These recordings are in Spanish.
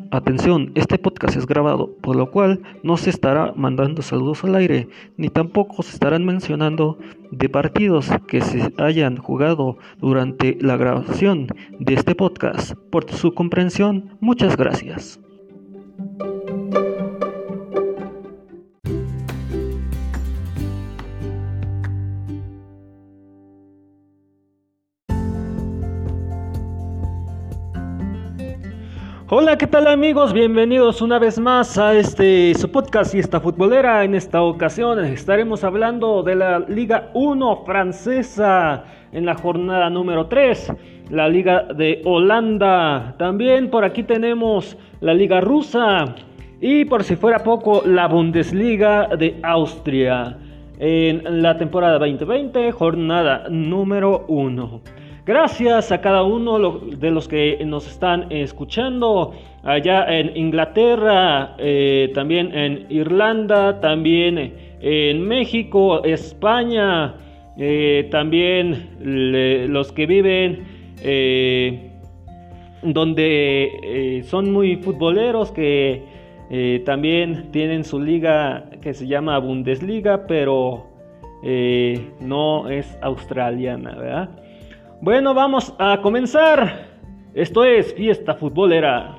Atención, este podcast es grabado, por lo cual no se estará mandando saludos al aire, ni tampoco se estarán mencionando de partidos que se hayan jugado durante la grabación de este podcast. Por su comprensión, muchas gracias. Hola, ¿qué tal amigos? Bienvenidos una vez más a su podcast Fiesta Futbolera. En esta ocasión estaremos hablando de la Liga 1 francesa en la jornada número 3, la Liga de Holanda. También por aquí tenemos la Liga rusa y por si fuera poco la Bundesliga de Austria en la temporada 2020, jornada número 1. Gracias a cada uno de los que nos están escuchando allá en Inglaterra, también en Irlanda, también en México, España, también los que viven donde son muy futboleros, que también tienen su liga que se llama Bundesliga, pero no es australiana, ¿verdad? Bueno, vamos a comenzar. Esto es Fiesta Futbolera.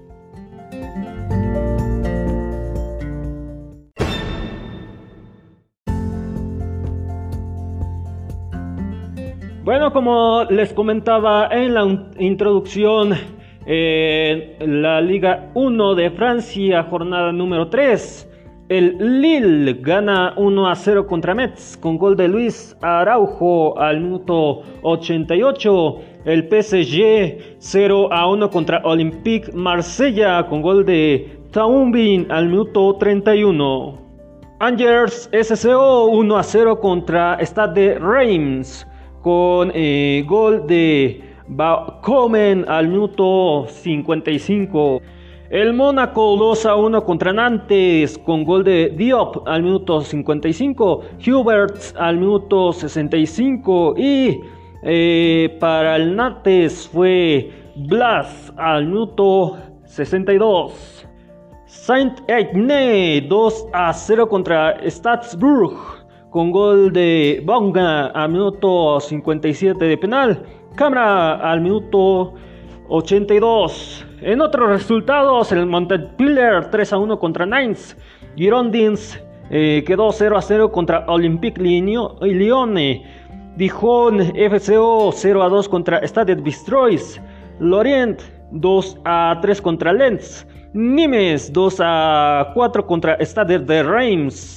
Bueno, como les comentaba en la introducción, la Liga 1 de Francia, jornada número 3. El Lille gana 1-0 contra Metz con gol de Luis Araujo al minuto 88. El PSG 0-1 contra Olympique Marsella con gol de Thauvin al minuto 31. Angers SCO 1-0 contra Stade Reims con gol de Baucomen al minuto 55. El Mónaco 2-1 contra Nantes con gol de Diop al minuto 55, Huberts al minuto 65 y para el Nantes fue Blas al minuto 62. Saint-Étienne 2-0 contra Strasbourg con gol de Bonga al minuto 57 de penal, Camara al minuto 82. En otros resultados, el Montpellier 3-1 contra Nice, Girondins quedó 0-0 contra Olympique Lyon, Dijon FCO 0-2 contra Stade Bistrois, Lorient 2-3 contra Lens, Nimes 2-4 contra Stade de Reims.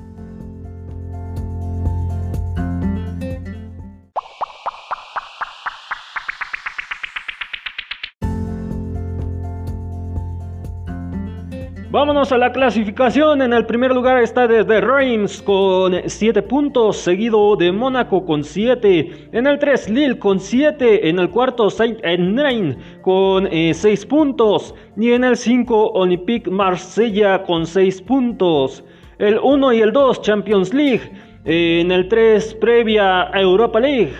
Vámonos a la clasificación. En el primer lugar está desde Reims con 7 puntos, seguido de Mónaco con 7. En el 3 Lille con 7. En el cuarto Saint-Étienne con 6 puntos. Y en el 5 Olympique Marsella con 6 puntos. El 1 y el 2 Champions League. En el 3 previa Europa League.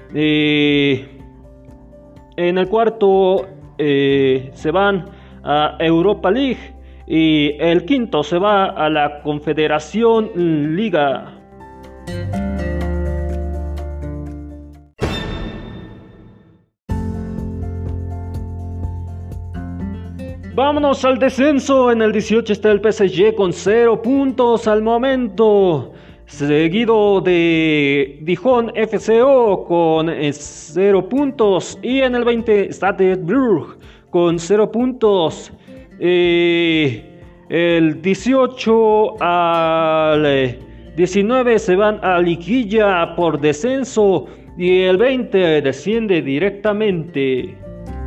En el cuarto se van a Europa League. Y el quinto se va a la Confederación Liga. Vámonos al descenso. En el 18 está el PSG con 0 puntos al momento, seguido de Dijon FCO con 0 puntos. Y en el 20 está Strasbourg con 0 puntos. El 18 al 19 se van a liguilla por descenso y el 20 desciende directamente.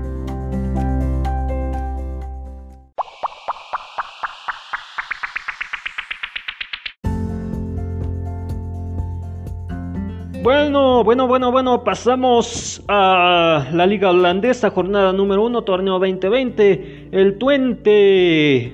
Bueno, pasamos a la Liga Holandesa, jornada número 1, torneo 2020, el Twente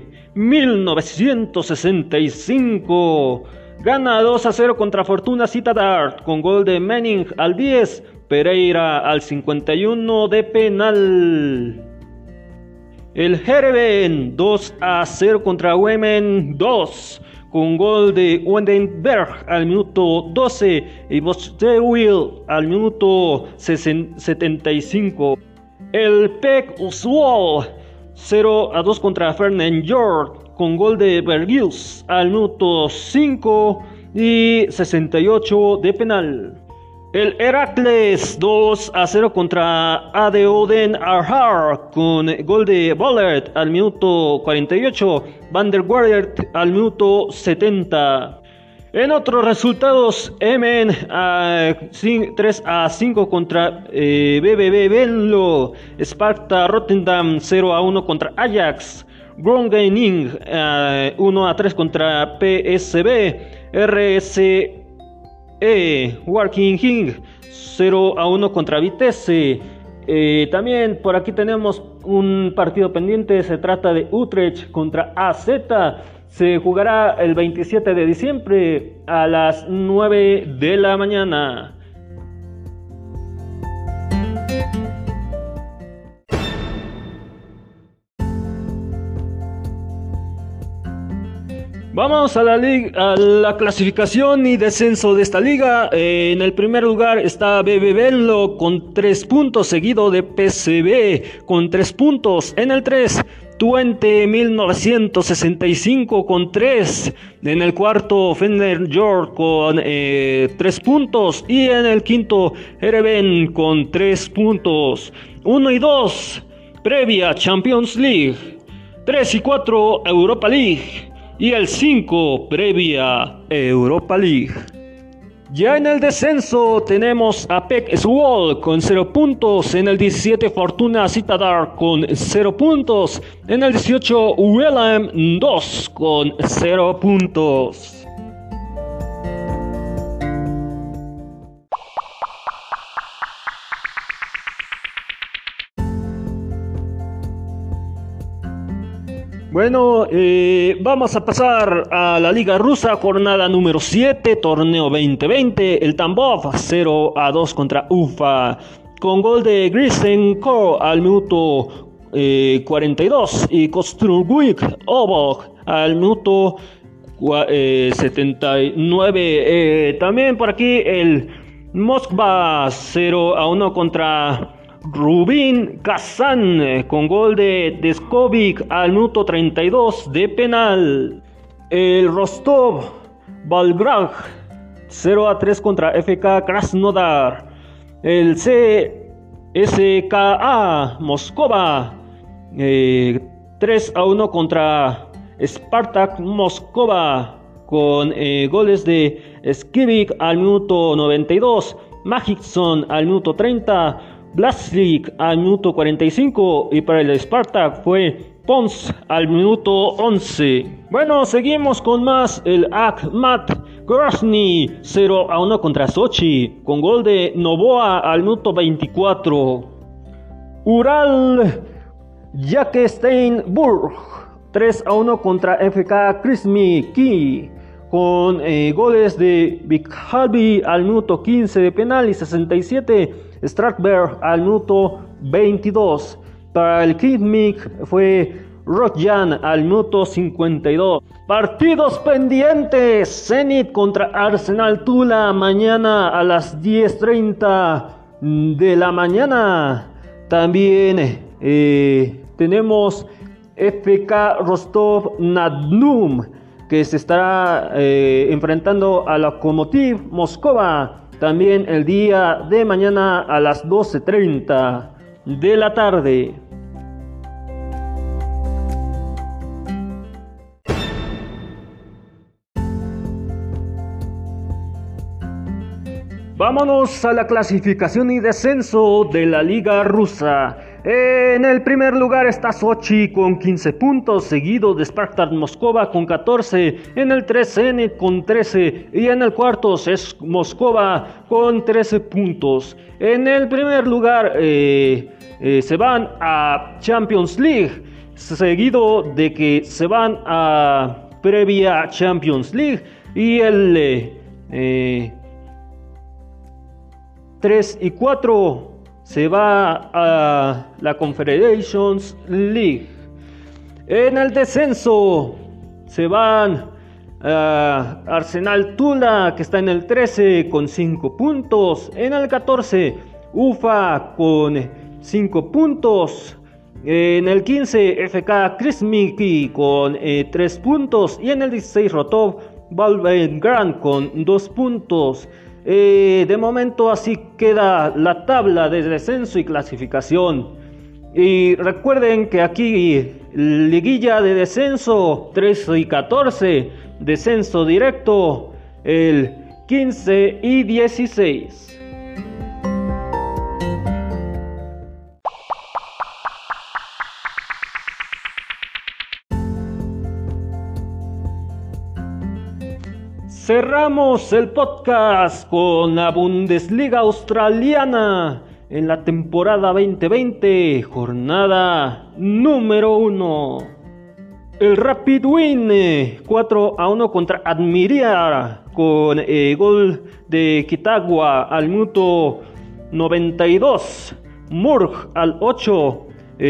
1965 gana 2-0 contra Fortuna Sittard con gol de Manning al 10, Pereira al 51 de penal. El Heerenveen 2-0 contra Bremen 2, con gol de Wendenberg al minuto 12 y Boswell al minuto 75. El PEC Zwolle 0-2 contra Feyenoord, con gol de Berghuis al minuto 5 y 68 de penal. El Heracles 2-0 contra ADO Den Haag, con gol de Bollert al minuto 48, Van der Waart al minuto 70. En otros resultados, Emmen 3-5 contra BBB Venlo, Sparta Rotterdam 0-1 contra Ajax, Groningen 1-3 contra PSV, RSE Wageningen 0-1 contra Vitesse. También por aquí tenemos un partido pendiente, se trata de Utrecht contra AZ. Se jugará el 27 de diciembre a las 9 de la mañana. Vamos a la clasificación y descenso de esta liga. En el primer lugar está BB Venlo con 3 puntos, seguido de PSV con 3 puntos. En el 3, Twente 1965 con 3. En el cuarto, Feyenoord con 3 puntos. Y en el quinto, Heerenveen con 3 puntos. 1 y 2, previa Champions League. 3 y 4, Europa League. Y el 5, previa Europa League. Ya en el descenso tenemos a PEC Zwolle con 0 puntos. En el 17, Fortuna Sittard con 0 puntos. En el 18, Willem 2 con 0 puntos. Bueno, vamos a pasar a la Liga Rusa, jornada número 7, torneo 2020. El Tambov 0-2 contra Ufa, con gol de Grisenko al minuto 42 y Kostrugwik Obok al minuto 79. También por aquí el Moskva 0-1 contra Rubin Kazan, con gol de Deskovic al minuto 32 de penal. El Rostov Volgograd 0-3 contra FK Krasnodar. El CSKA Moscova 3-1 contra Spartak Moscova, con goles de Skivik al minuto 92, Magicson al minuto 30, Blaslik al minuto 45 y para el Spartak fue Pons al minuto 11. Bueno, seguimos con más. El Akhmat Grozny 0-1 contra Sochi, con gol de Novoa al minuto 24. Ural Yekaterinburg 3-1 contra FK Krasniki, con goles de Bikhalby al minuto 15 de penal y 67, Strasberg al minuto 22. Para el Kizmik fue Rodjan al minuto 52. Partidos pendientes: Zenit contra Arsenal Tula, mañana a las 10:30 de la mañana. También tenemos FK Rostov-na-Don, que se estará enfrentando a Lokomotiv Moscova, también el día de mañana a las 12:30 de la tarde. Vámonos a la clasificación y descenso de la Liga Rusa. En el primer lugar está Sochi con 15 puntos, seguido de Spartak Moscova con 14, en el 3 Zenit con 13 y en el cuarto es Moscova con 13 puntos. En el primer lugar se van a Champions League, seguido de que se van a previa Champions League, y el 3 y 4 se va a la Confederations League. En el descenso se van Arsenal Tula, que está en el 13 con 5 puntos. En el 14 UFA con 5 puntos. En el 15 FK Krasniki con 3 puntos. Y en el 16 Rotov Valvengran con 2 puntos. De momento así queda la tabla de descenso y clasificación. Y recuerden que aquí liguilla de descenso 13 y 14, descenso directo el 15 y 16. Cerramos el podcast con la Bundesliga australiana en la temporada 2020, jornada número 1. El Rapid Wien 4-1 contra Admira con gol de Kitagwa al minuto 92, Murg al 8,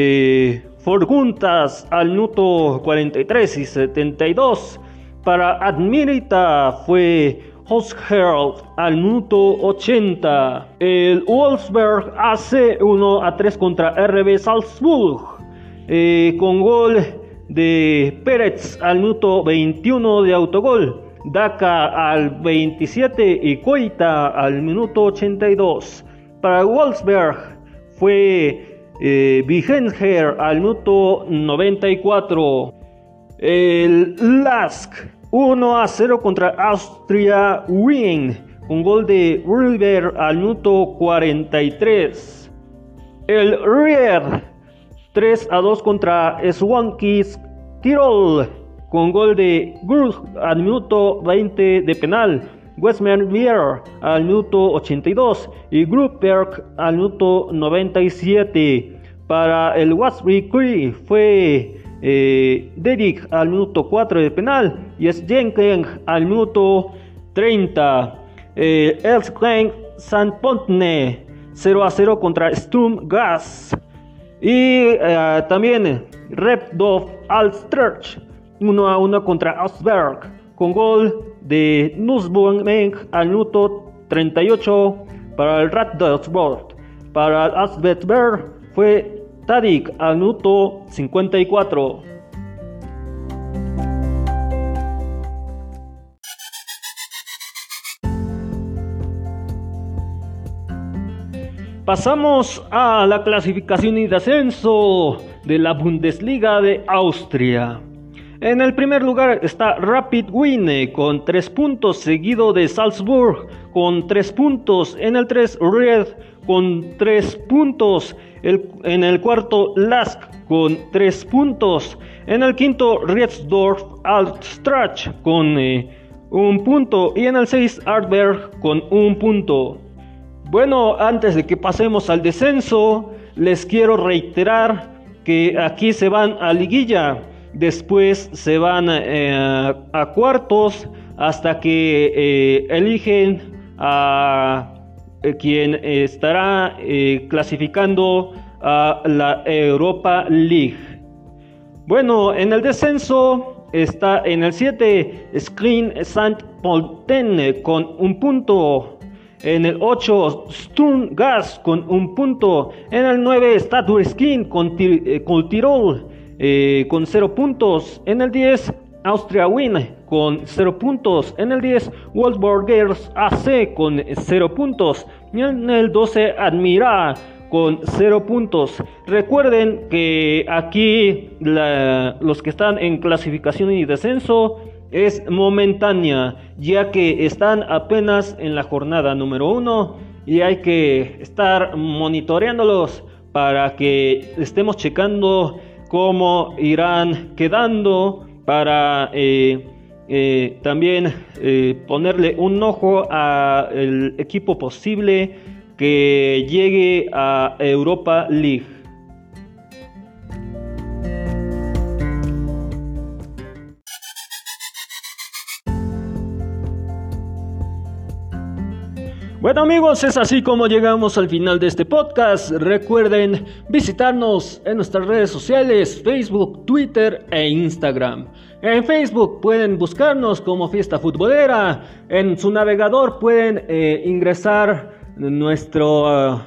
Forguntas al minuto 43 y 72. Para Admirita fue Hosherald al minuto 80. El Wolfsberg hace 1-3 contra RB Salzburg con gol de Pérez al minuto 21 de autogol, Daka al 27 y Koita al minuto 82. Para Wolfsberg fue Wigenger al minuto 94. El Lask 1-0 contra Austria Wien con gol de River al minuto 43. El Ried 3-2 contra Swansea Tirol con gol de Grug al minuto 20 de penal, Westmervier al minuto 82 y Grupberg al minuto 97. Para el Waswicki fue Dedic al minuto 4 de penal y Sjenken al minuto 30. Elfsland Sandpotne 0-0 contra Sturm Gas. Y también Repdorf Alstrecht 1-1 contra Augsburg con gol de Nussbaum al minuto 38 para el Radolfsburg. Para Augsburg fue Tadic al minuto 54. Pasamos a la clasificación y descenso de la Bundesliga de Austria. En el primer lugar está Rapid Wien con 3 puntos, seguido de Salzburg con 3 puntos. En el 3 Ried con 3 puntos. En el cuarto Lask con 3 puntos. En el quinto Rietsdorf Alstrach con 1 punto. Y en el 6 Artberg con 1 punto. Bueno, antes de que pasemos al descenso, les quiero reiterar que aquí se van a liguilla, después se van a cuartos hasta que eligen a quien estará clasificando a la Europa League. Bueno, en el descenso está en el 7 Screen Saint Polten con 1 punto. En el 8 Sturm Gas con 1 punto. En el 9 Stadler Skin con Tirol con 0 puntos. En el 10 Austria Wien con 0 puntos. En el 10 Wolfsburgers AC con 0 puntos. Y en el 12 Admira con 0 puntos. Recuerden que aquí los que están en clasificación y descenso es momentánea, ya que están apenas en la jornada número 1 y hay que estar monitoreándolos para que estemos checando cómo irán quedando, para también ponerle un ojo al equipo posible que llegue a Europa League. Bueno amigos, es así como llegamos al final de este podcast. Recuerden visitarnos en nuestras redes sociales, Facebook, Twitter e Instagram. En Facebook pueden buscarnos como Fiesta Futbolera. En su navegador pueden ingresar nuestro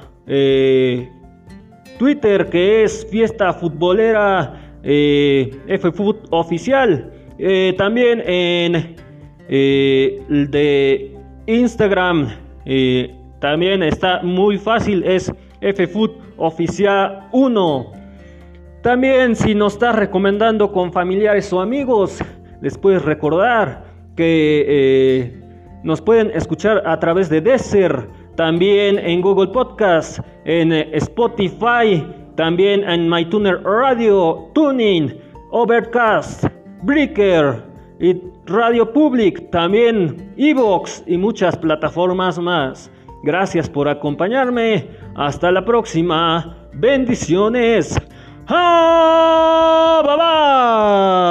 Twitter, que es Fiesta Futbolera FFut Oficial. También en el de Instagram también está muy fácil, es FFut Oficial 1. También si nos estás recomendando con familiares o amigos, les puedes recordar que nos pueden escuchar a través de Deezer, también en Google Podcast, en Spotify, también en MyTuner Radio, Tuning, Overcast, Breaker y Radio Public, también iVoox y muchas plataformas más. Gracias por acompañarme. Hasta la próxima. Bendiciones. ¡Ah! ¡Bye, bye!